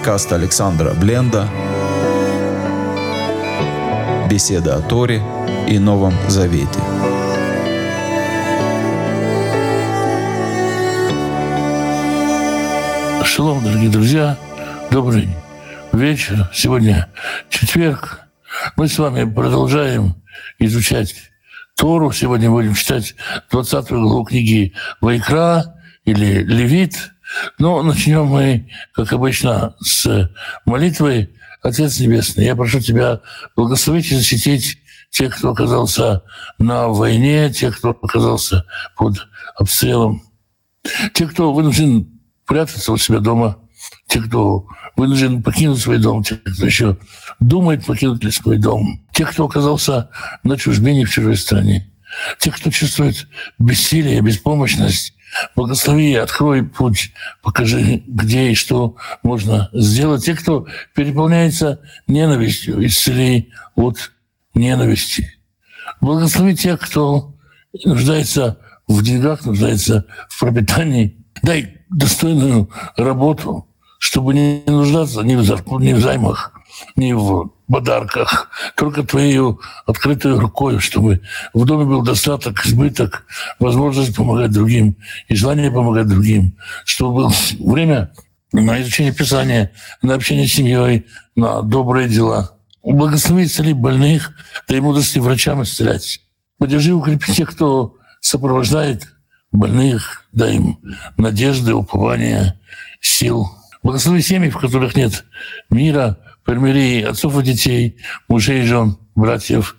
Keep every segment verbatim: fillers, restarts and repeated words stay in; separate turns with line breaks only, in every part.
Подкаст Александра Бленда. Беседа о Торе и Новом Завете.
Шалом, дорогие друзья. Добрый вечер. Сегодня четверг. Мы с вами продолжаем изучать Тору. Сегодня будем читать двадцатую главу книги Вайкра или Левит. Но начнем мы, как обычно, с молитвой. Отец Небесный, я прошу Тебя благословить и защитить тех, кто оказался на войне, тех, кто оказался под обстрелом, тех, кто вынужден прятаться у себя дома, тех, кто вынужден покинуть свой дом, тех, кто еще думает покинуть ли свой дом, тех, кто оказался на чужбине в чужой стране, тех, кто чувствует бессилие, беспомощность. Благослови, открой путь, покажи, где и что можно сделать. Те, кто переполняется ненавистью, исцели от ненависти. Благослови тех, кто нуждается в деньгах, нуждается в пропитании. Дай достойную работу, чтобы не нуждаться ни в зарплате, ни в займах, ни в подарках, только Твоей открытой рукой, чтобы в доме был достаток, избыток, возможность помогать другим и желание помогать другим, чтобы было время на изучение Писания, на общение с семьей, на добрые дела. Благослови, исцели больных, дай мудрости врачам исцелять. Поддержи, укрепи тех, кто сопровождает больных, дай им надежды, упования, сил. Благослови семьи, в которых нет мира, примири отцов и детей, мужей и жен, братьев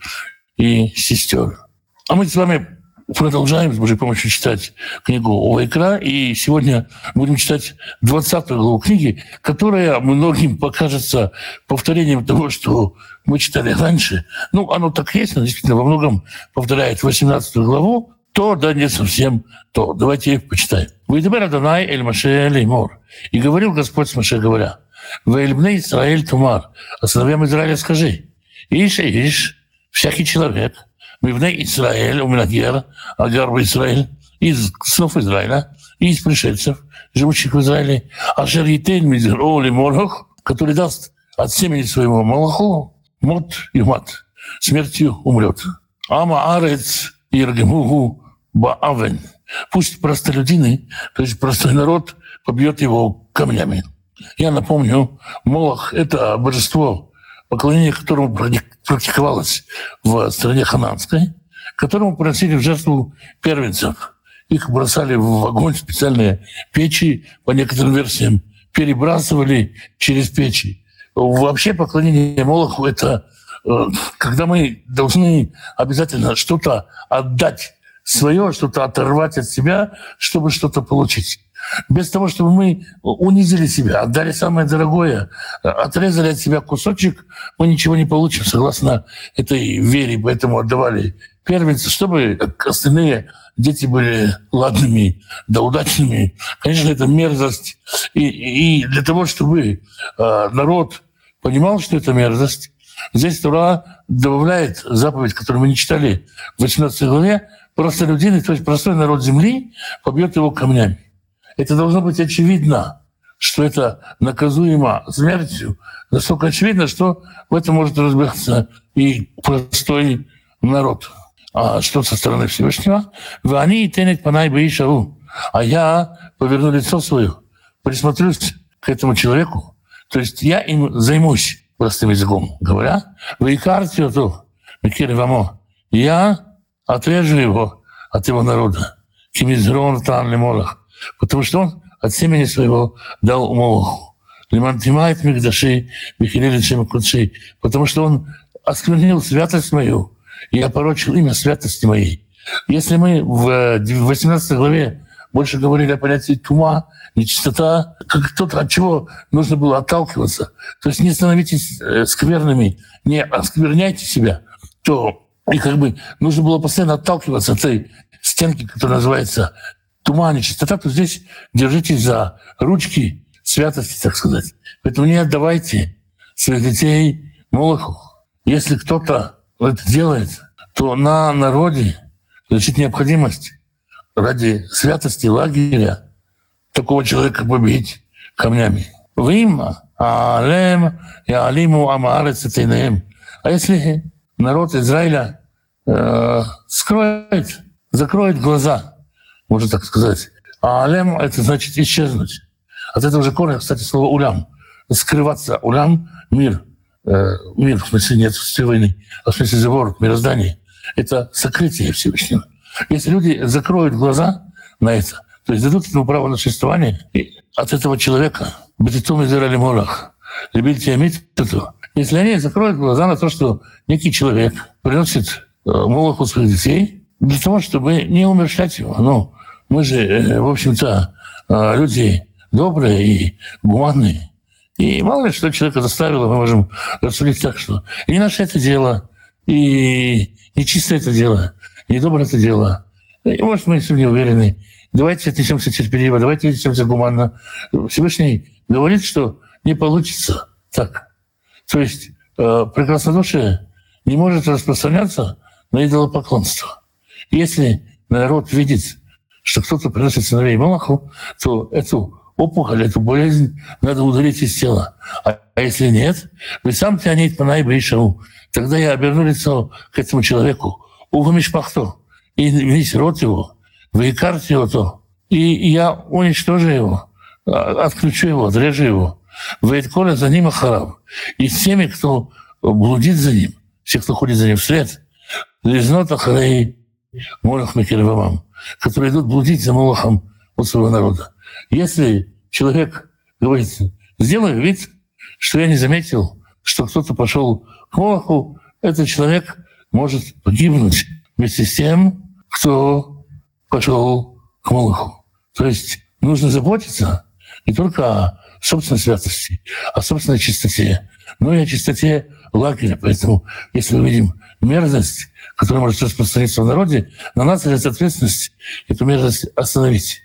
и сестер. А мы с вами продолжаем с Божьей помощью читать книгу Вайкра, и сегодня будем читать двадцатую главу книги, которая многим покажется повторением того, что мы читали раньше. Ну, оно так есть, оно действительно во многом повторяет восемнадцатую главу, то, да не совсем то. Давайте почитаем. «Вайдабер Адонай эль Моше леймор». И говорил Господь с Моше, говоря: «Ваэльбней Исраэль тумар». А сыновьям Израиля скажи: «Иш и иш, всякий человек, мивней Исраэль, уминагер, агар в Израиль, из сынов Израиля, и из пришельцев, живущих в Израиле, ашер етейн мизеро ли молох, который даст от семени своего молоху, мот и мат, смертью умрет. Ама арец иргемугу баавен». Пусть простолюдины, то есть простой народ, побьет его камнями. Я напомню, Молох — это божество, поклонение которому практиковалось в стране хананской, которому приносили в жертву первенцев. Их бросали в огонь в специальные печи, по некоторым версиям перебрасывали через печи. Вообще поклонение Молоху — это когда мы должны обязательно что-то отдать свое, что-то оторвать от себя, чтобы что-то получить. Без того, чтобы мы унизили себя, отдали самое дорогое, отрезали от себя кусочек, мы ничего не получим, согласно этой вере. Поэтому отдавали первенцы, чтобы остальные дети были ладными, да удачными. Конечно, это мерзость. И, и для того, чтобы народ понимал, что это мерзость, здесь Тора добавляет заповедь, которую мы не читали в восемнадцатой главе: простолюдины, то есть простой народ земли, побьет его камнями. Это должно быть очевидно, что это наказуемо смертью. Настолько очевидно, что в этом может разбираться и простой народ. А что со стороны Всевышнего? «Вы они тенет панай баишау». А я поверну лицо свое, присмотрюсь к этому человеку. То есть я им займусь, простым языком говоря. «Вы и карте то, Микеле Вамо». Я отрежу его от его народа. «Кимизрон тан лемолах». Потому что он от семени своего дал Молоху. «Лимантимает мигдаши, бихилили чем кудши». Потому что он осквернил святость мою и опорочил имя святости моей. Если мы в восемнадцатой главе больше говорили о понятии тума, нечистота, как кто-то, от чего нужно было отталкиваться, то есть не становитесь скверными, не оскверняйте себя, то и как бы нужно было постоянно отталкиваться от этой стенки, которая называется тума, нечистота, то здесь держитесь за ручки святости, так сказать. Поэтому не отдавайте своих детей Молоху. Если кто-то это делает, то на народе значит необходимость ради святости лагеря такого человека побить камнями. Вы им Алем и алиму амаарец этейнеем. А если народ Израиля э, скроет, закроет глаза, можно так сказать. А алем — это значит исчезнуть. От этого же корня, кстати, слово улям. Скрываться. Улям — мир. Э, мир, в смысле, нет войны, а в смысле заворот, мироздание. Это сокрытие Всевышнего. Если люди закроют глаза на это, то есть дадут ему право на существование, и от этого человека, бетитум израиль молах, любите иметь это. Если они закроют глаза на то, что некий человек приносит молоху своих детей для того, чтобы не умерщвлять его. Ну, мы же, в общем-то, люди добрые и гуманные. И мало ли, что человека заставило, мы можем рассудить так, что и не наше это дело, и не чисто это дело, не доброе это дело. И, может, мы не уверены. Давайте отнесемся терпеливо, давайте отнесемся гуманно. Всевышний говорит, что не получится так. То есть э, прекраснодушие не может распространяться на идолопоклонство. Если народ видит, что кто-то приносит сыновей Молоху, то эту опухоль, эту болезнь надо удалить из тела. А, а если нет, вы сам тянет панай бейшау. Тогда я оберну лицо к этому человеку, угомишпахту, и весь рот его, выикарте его то, и я уничтожу его, отключу его, отрежу его. Вейтколя за ним ахарав. И с теми, кто блудит за ним, все, кто ходит за ним вслед, лизнот ахарей молох микервамам, которые идут блудить за молохом от своего народа. Если человек говорит, сделай вид, что я не заметил, что кто-то пошел к молоху, этот человек может погибнуть вместе с тем, кто пошел к молоху. То есть нужно заботиться не только о собственной святости, о собственной чистоте, но и о чистоте лагеря. Поэтому, если мы видим мерзость, которая может распространиться в народе, на нас лежит ответственность эту мерзость остановить.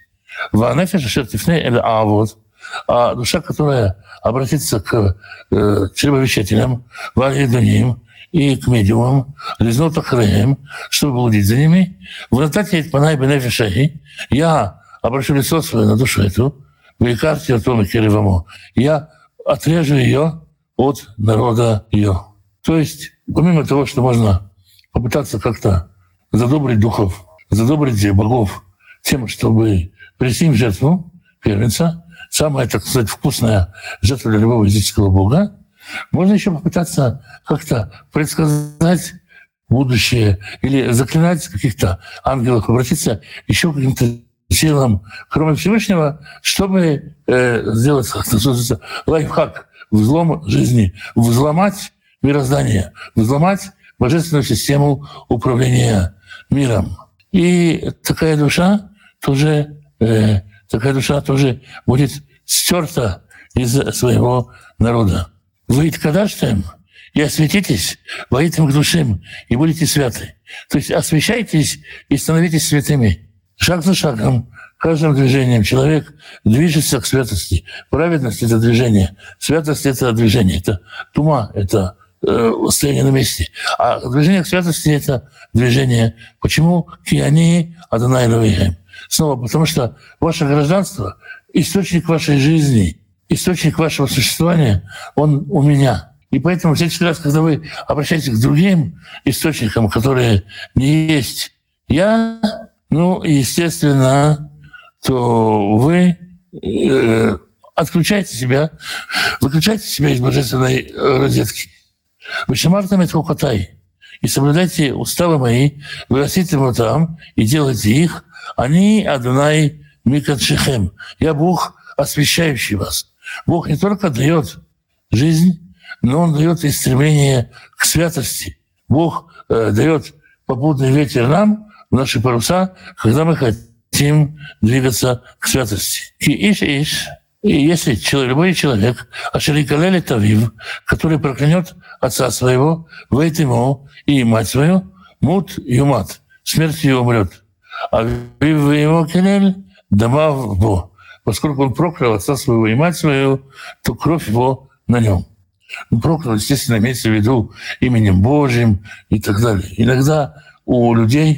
А душа, которая обратится к э, чревовещателям, валидуним и к медиумам, лизнут ахреем, чтобы блудить за ними, в результате панай бенефишахи, я обращу лицо свое на душу эту, вейкарте атома керевамо, я отрежу ее от народа ее. То есть, помимо того, что можно попытаться как-то задобрить духов, задобрить богов тем, чтобы принести им жертву первенца, самая, так сказать, вкусная жертва для любого языческого бога, можно еще попытаться как-то предсказать будущее или заклинать каких-то ангелов, обратиться еще к каким-то силам, кроме Всевышнего, чтобы э, сделать, как называется, лайфхак, взлом жизни, взломать мироздание, взломать божественную систему управления миром. И такая душа тоже, э, такая душа тоже будет стерта из своего народа. Вы кадаштем и осветитесь, воитым к душим, и будете святы. То есть освящайтесь и становитесь святыми. Шаг за шагом, каждым движением человек движется к святости. Праведность — это движение, святость — это движение, это тума, это э, стояние на месте. А движение к святости — это движение. Почему? Киани Адонай Элокейхем. Снова, потому что ваше гражданство, источник вашей жизни, источник вашего существования, он у меня. И поэтому всякий раз, когда вы обращаетесь к другим источникам, которые не есть я, ну, естественно, то вы э, отключаете себя, выключаете себя из божественной розетки. Вы шамартами хукатай, и соблюдайте уставы мои, вы растите его там и делайте их. Они Адонай Микадшихем. Я Бог, освящающий вас. Бог не только дает жизнь, но Он дает и стремление к святости. Бог э, дает попутный ветер нам в наши паруса, когда мы хотим двигаться к святости. И иш-иш, и если человек, любой человек, ашерикалели тавив, который проклянет отца своего, вейт ему и мать свою, мут юмат, смертью умрет. А вы его келель дома в бо. Поскольку он проклял отца своего и мать свою, то кровь его на нем. Он проклял, естественно, имеется в виду именем Божьим и так далее. Иногда у людей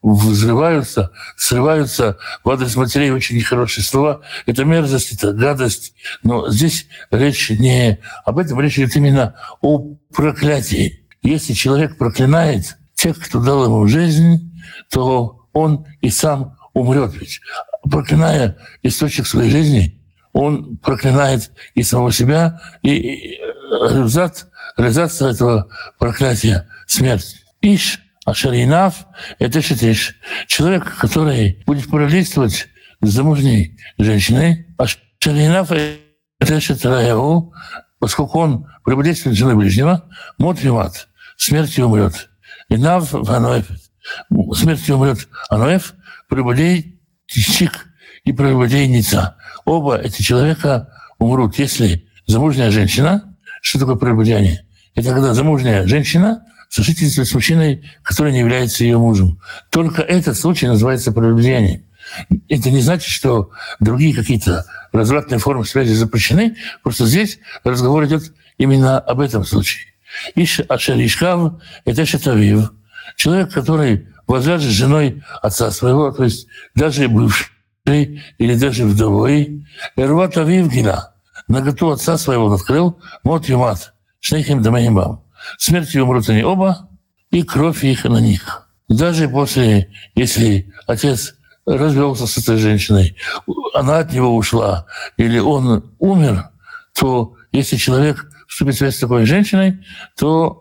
взрываются, срываются в адрес матерей очень нехорошие слова. Это мерзость, это гадость. Но здесь речь не об этом, речь идет именно о проклятии. Если человек проклинает тех, кто дал ему жизнь, то он и сам умрет. Ведь проклиная источник своей жизни, он проклинает и самого себя, и результат, реализация этого проклятия — смерть. Иш ашаринав — это шитиш. Человек, который будет пролистывать с замужней женщиной, ашаринав — это шитраеву, поскольку он прелюбодействует с женой ближнего, мот вимат, смертью умрет. И нав аноэф, смертью умрет аноэф, прелюбодейщик и прелюбодейница. Оба эти человека умрут, если замужняя женщина. Что такое прелюбодеяние? Это когда замужняя женщина сожительствует с мужчиной, который не является ее мужем. Только этот случай называется прелюбодеянием. Это не значит, что другие какие-то развратные формы связи запрещены. Просто здесь разговор идет именно об этом случае. Иш ашаришкав — это шатавив. Человек, который возляжет с женой отца своего, то есть даже бывший или даже вдовой, эрват авив гила, наготу отца своего он открыл, мот юмат, шнейхим дамаимбам. Смертью умрут они оба, и кровь их на них. Даже после, если отец развелся с этой женщиной, она от него ушла, или он умер, то если человек вступит в связь с такой женщиной, то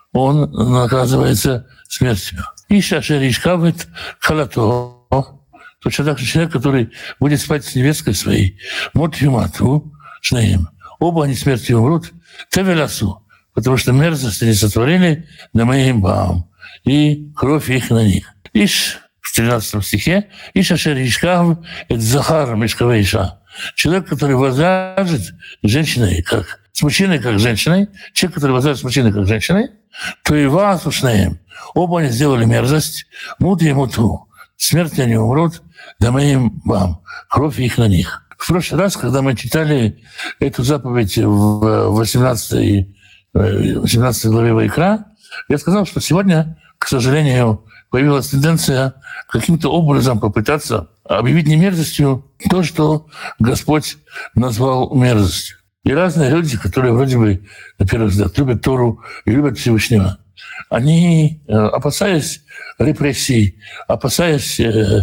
он наказывается смертью. Иша шеришкавит халато. Точно так же человек, который будет спать с невесткой своей, мот юмату, шнеем. Оба они смертью умрут, тевелясу, потому что мерзость они сотворили на моим баам, и кровь их на них. Иш в тринадцатом стихе, Иш ашер ишкав эт захар мешкавейша. Человек, который возляжет с женщиной, как с мужчиной, как с женщиной, человек, который возляжет с мужчиной, как с женщиной, то и вас ушнеем. Оба они сделали мерзость, мут и муту. Смерть они умрут, да моим бам, кровь их на них. В прошлый раз, когда мы читали эту заповедь в восемнадцатой, восемнадцатой главе Вайкра, я сказал, что сегодня, к сожалению, появилась тенденция каким-то образом попытаться объявить не мерзостью то, что Господь назвал мерзостью. И разные люди, которые вроде бы, на первый взгляд, любят Тору и любят Всевышнего, они, опасаясь репрессий, опасаясь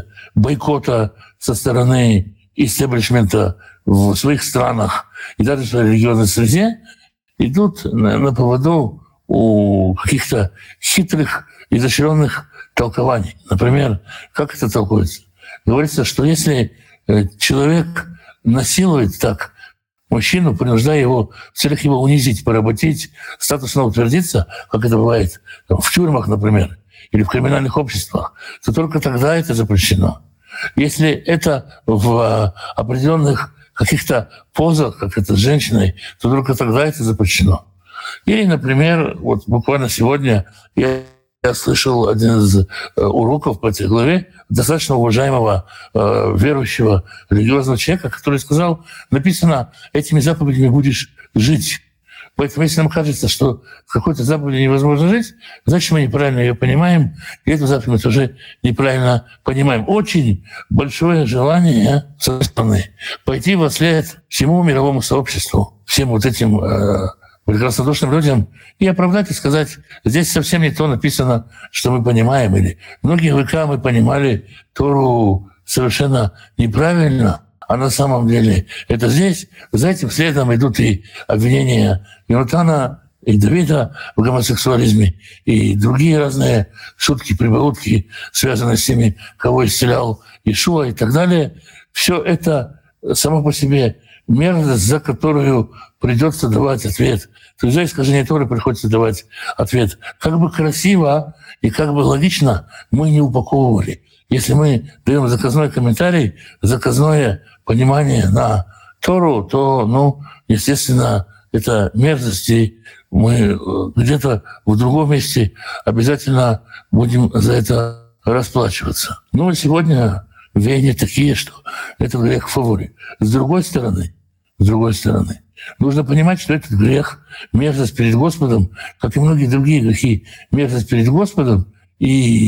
бойкота со стороны истеблишмента в своих странах и даже в своей религиозной среде, идут на, на поводу у каких-то хитрых, изощренных толкований. Например, как это толкуется? Говорится, что если человек насилует так мужчину, принуждая его в целях его унизить, поработить, статусно утвердиться, как это бывает в тюрьмах, например, или в криминальных обществах, то только тогда это запрещено. Если это в определенных каких-то позах, как это с женщиной, то только тогда это запрещено. Или, например, вот буквально сегодня я, я слышал один из уроков по этой главе достаточно уважаемого э, верующего религиозного человека, который сказал, написано, этими заповедями будешь жить. Поэтому если нам кажется, что с какой-то заповедью невозможно жить, значит, мы неправильно ее понимаем, и эту заповедь мы тоже неправильно понимаем. Очень большое желание со одной стороны пойти во след всему мировому сообществу, всем вот этим э, прекраснодушным людям и оправдать и сказать, здесь совсем не то написано, что мы понимаем. Или многие века мы понимали Тору совершенно неправильно, а на самом деле это здесь. За этим следом идут и обвинения Йонатана и Давида в гомосексуализме, и другие разные шутки, прибаутки, связанные с теми, кого исцелял Иешуа и так далее. Все это само по себе мерзость, за которую придется давать ответ. То есть за искажение Торы приходится давать ответ. Как бы красиво и как бы логично мы не упаковывали. Если мы даем заказной комментарий, заказное понимание на Тору, то, ну, естественно, это мерзость, и мы где-то в другом месте обязательно будем за это расплачиваться. Ну, и сегодня веяния такие, что это грех в фаворе. С другой стороны, с другой стороны, нужно понимать, что этот грех, мерзость перед Господом, как и многие другие грехи, мерзость перед Господом, и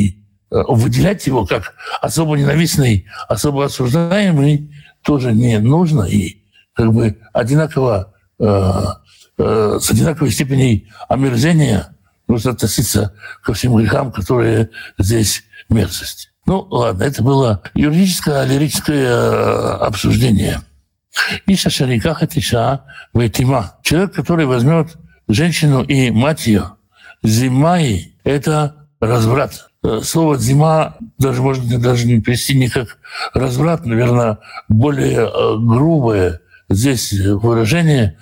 выделять его как особо ненавистный, особо осуждаемый тоже не нужно. И как бы одинаково, э, э, с одинаковой степенью омерзения нужно относиться ко всем грехам, которые здесь мерзость. Ну, ладно, это было юридическое, лирическое обсуждение. Иша шариках это иша вейтима. Человек, который возьмет женщину и мать ее, зимай — это разврат. Слово «зима» даже можно даже не привести не как разврат, наверное, более грубое здесь выражение,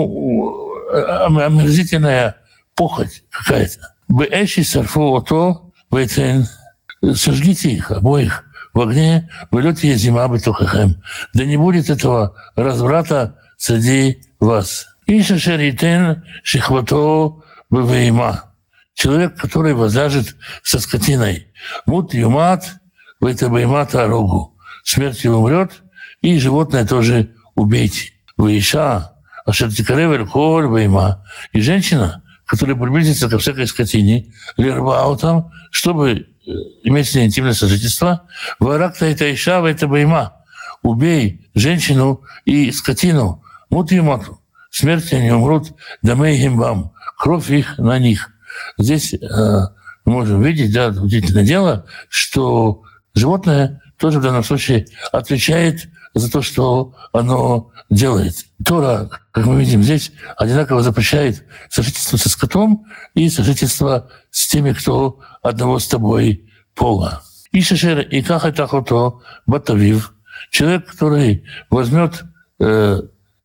ну, омерзительная похоть какая-то. «Бэши сарфу ото вейтен». Сожгите их обоих в огне, в лете зима бетухахем. Да не будет этого разврата среди вас. Иша шаритен шихвато бвейма. Человек, который возляжет со скотиной. Мут юмат в это беймата рогу. Смертью умрет, и животное тоже убейте. Вы иша, а шертикаревель коль бейма. И женщина, которая приблизится ко всякой скотине, лербаутам, чтобы иметь с ней интимное сожительство, варакта это иша, в это бейма. Убей женщину и скотину. Мут юмату. Смертью они умрут, дамей гимбам. Кровь их на них. Здесь э, мы можем видеть, да, удивительное дело, что животное тоже в данном случае отвечает за то, что оно делает. Тора, как мы видим здесь, одинаково запрещает сожительство со скотом и сожительство с теми, кто одного с тобой пола. И шешер, и как это хото батавив, человек, который возьмет э,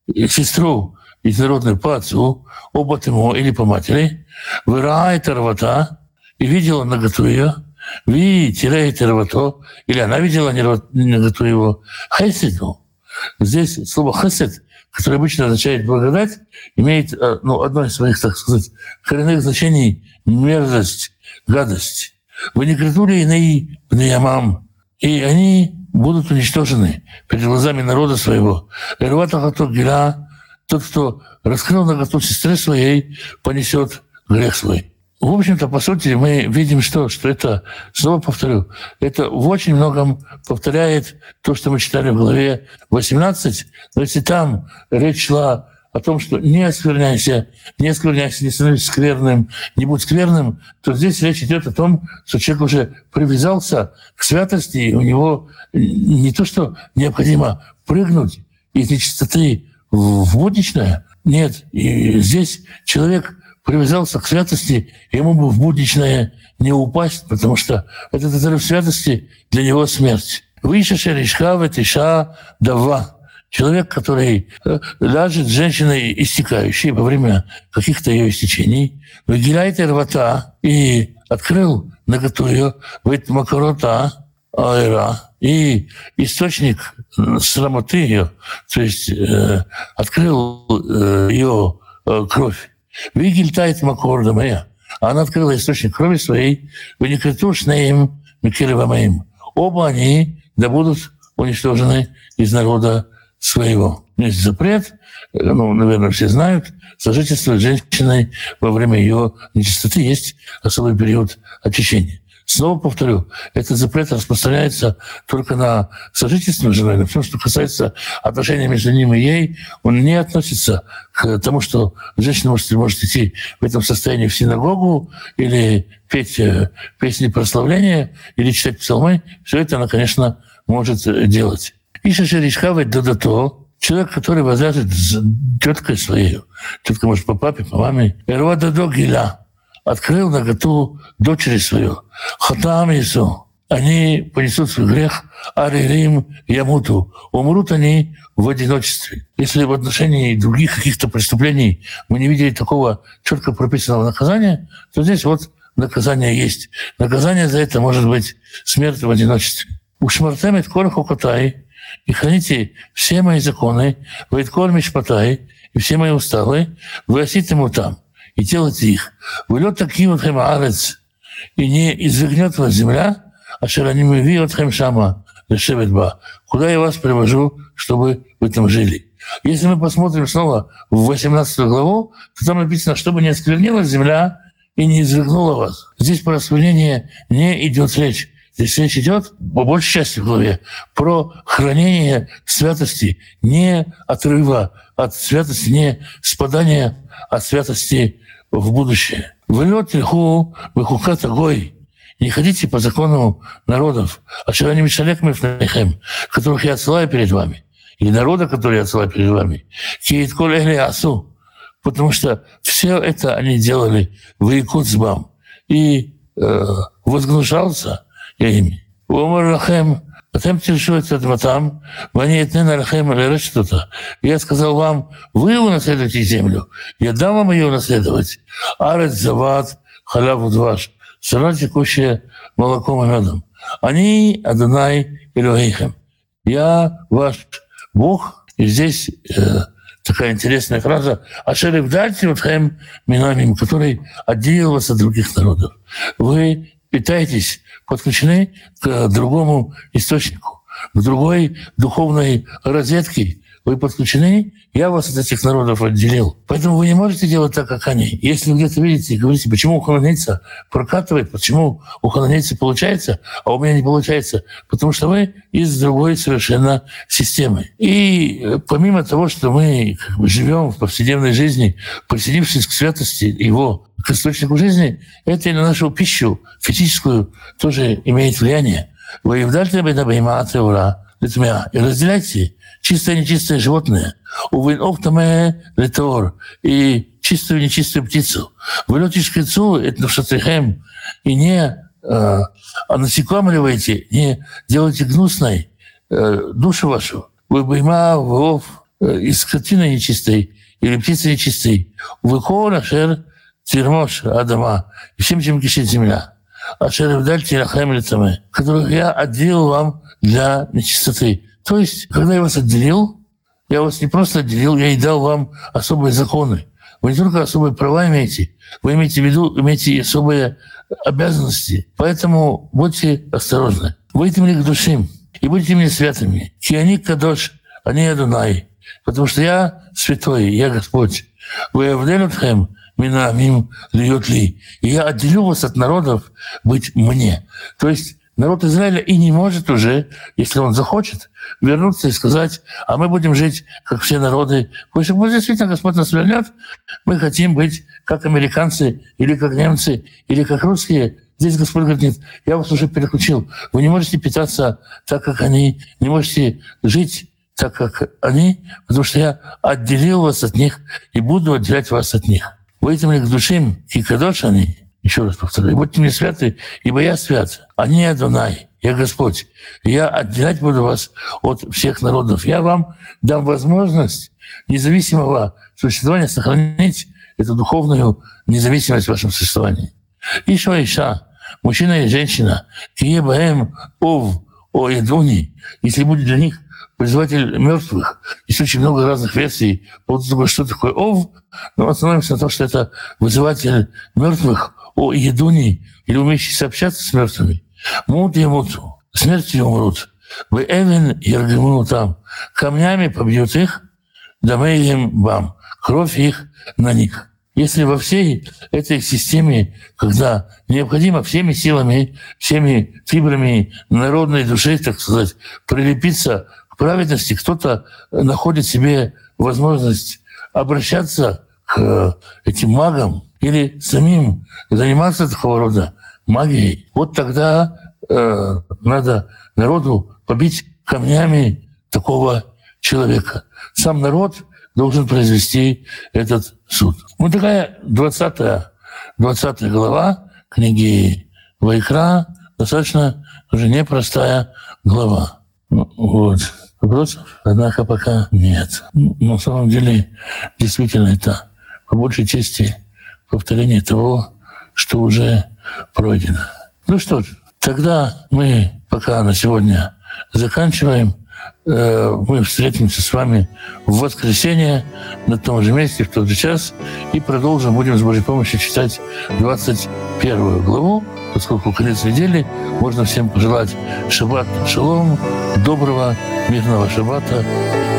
сестру единородную по отцу, оба ему или по матери, вырает рвота и видела наготу ее, ви теряет рвото, или она видела наготу его, хесиду. Здесь слово хесед, которое обычно означает благодать, имеет ну, одно из своих, так сказать, коренных значений — мерзость, гадость. Вы не кретули иные пнеямам, и они будут уничтожены перед глазами народа своего. Рвата хатот гила. Тот, кто раскрыл наготу сестры своей, понесет грех свой. В общем-то, по сути, мы видим, что, что это, снова повторю, это в очень многом повторяет то, что мы читали в главе восемнадцать. Но если там речь шла о том, что не оскверняйся, не оскверняйся, не становись скверным, не будь скверным, то здесь речь идет о том, что человек уже привязался к святости, и у него не то, что необходимо прыгнуть из нечистоты в будничное. Нет. И здесь человек привязался к святости, ему бы в будничное не упасть, потому что этот отрыв святости для него смерть. Выше шеришка в иша дава. Человек, который ляжет с женщиной истекающей во время каких-то ее истечений, выгиляет рвота и открыл наготу ее, выйдет макарота, аэра, и источник срамоты ее, то есть э, открыл э, ее э, кровь. Вигильтает макорда моя. Она открыла источник крови своей. Вы не критушнаем микелевамаим. Оба они да будут уничтожены из народа своего. Есть запрет, ну, наверное, все знают, сожительство с женщиной во время ее нечистоты есть особый период очищения. Снова повторю, этот запрет распространяется только на сожительство с женой, но все, что касается отношений между ним и ей, он не относится к тому, что женщина может, может идти в этом состоянии в синагогу или петь песни прославления, или читать псалмы. Все это она, конечно, может делать. И шашеришхавать додато, человек, который возляжет с теткой своей, тетка может по папе, по маме, эрва дадо гиля, открыл наготу дочери свою. Хатам Ису. Они понесут свой грех, аририм ямуту. Умрут они в одиночестве. Если в отношении других каких-то преступлений мы не видели такого четко прописанного наказания, то здесь вот наказание есть. Наказание за это может быть смерть в одиночестве. Ушмартемет корху котай, и храните все мои законы, вейткор мишпатай, и все мои уставы, вы осите ему там. И делайте их. Вылет таким вот хемаарец, и не извергнет вас земля, а шараними от хемшама решеветба, куда я вас привожу, чтобы вы там жили. Если мы посмотрим снова в восемнадцатую главу, то там написано, чтобы не осквернилась земля и не изрыгнула вас. Здесь про осквернение не идет речь. Здесь речь идет, по большей части в главе, про хранение святости, не отрыва от святости, не спадания от святости в будущее. «Вылет лиху выхукат огой». Не ходите по закону народов, а вчера не мешалек мифнехем, которых я отсылаю перед вами, или народа, который я отсылаю перед вами. Киит коль эхли асу. Потому что все это они делали в Якутсбам. И э, возгнушался я ими. «Умар лахем, атем тиршует адматам, вани этнена лахем лерет что-то». Я сказал вам, вы унаследуете землю, я дам вам ее унаследовать. Арет зават халяву дваш. Страна, текущая молоком и медом. Они Адонай Элохейхем. Я ваш Бог. И здесь э, такая интересная фраза «Ашер ивдальте ватхэм минамим», который отделил вас от других народов. Вы питаетесь, подключены к другому источнику, к другой духовной розетке. Вы подключены, я вас от этих народов отделил. Поэтому вы не можете делать так, как они. Если вы где-то видите и говорите, почему у хананейца прокатывает, почему у хананейца получается, а у меня не получается, потому что вы из другой совершенно системы. И помимо того, что мы как бы живем в повседневной жизни, присоединившись к святости его, к источнику жизни, это и на нашу пищу физическую тоже имеет влияние. Вы вдали ура. И разделяйте чистое и нечистое животное, увин оптаме летор, и чистую и нечистую птицу. Вы летишь к лицу, это навшатрихем, и не э, насекомливайте, не делайте гнусной э, душу вашу. Вы бойма вов э, из скотины нечистой или птицы нечистой. Вы холашер тирмош адама, и всем, чем кишит земля. Ашер вдаль тирахем лицаме, которых я отделил вам для нечистоты. То есть, когда я вас отделил, я вас не просто отделил, я и дал вам особые законы. Вы не только особые права имеете, вы имеете в виду, имеете особые обязанности. Поэтому будьте осторожны. Будьте мне к душим и будьте мне святыми. Киани кадош, они Адонай. Потому что я святой, я Господь. Вы авделютхем минамим льют ли. И я отделю вас от народов быть мне. То есть народ Израиля и не может уже, если он захочет, вернуться и сказать, а мы будем жить, как все народы. Потому что вот действительно Господь нас вернет, мы хотим быть как американцы, или как немцы, или как русские. Здесь Господь говорит, нет, я вас уже переключил. Вы не можете питаться так, как они, не можете жить так, как они, потому что я отделил вас от них и буду отделять вас от них. Вы этим к душим и кадош они, еще раз повторяю, будьте мне святы, ибо я свят, а не Адонай, я Господь. Я отделять буду вас от всех народов. Я вам дам возможность независимого существования сохранить эту духовную независимость в вашем существовании. Иша Иша, мужчина и женщина, Киебаэм Ов О Едуни, если будет для них призыватель мертвых. Есть очень много разных версий по поводу того, что такое Ов, но остановимся на том, что это вызыватель мертвых о Едуни, или умеющий сообщаться с мертвыми. Мут и муту, смертью умрут. Вы Эвен Ергемуну там, камнями побьют их, дамеем вам, кровь их на них. Если во всей этой системе, когда необходимо всеми силами, всеми фибрами народной души, так сказать, прилепиться к праведности, кто-то находит себе возможность обращаться к этим магам или самим заниматься такого рода магией, вот тогда э, надо народу побить камнями такого человека. Сам народ должен произвести этот суд. Вот такая двадцатая, двадцатая глава книги Вайкра, достаточно уже непростая глава. Ну, вот. Вопросов, однако, пока нет. Ну, на самом деле, действительно, это по большей части повторение того, что уже пройдено. Ну что ж, тогда мы пока на сегодня заканчиваем. Мы встретимся с вами в воскресенье на том же месте, в тот же час, и продолжим, будем с Божьей помощью читать двадцать первую главу, поскольку конец недели. Можно всем пожелать шаббат шалом, доброго, мирного шаббата.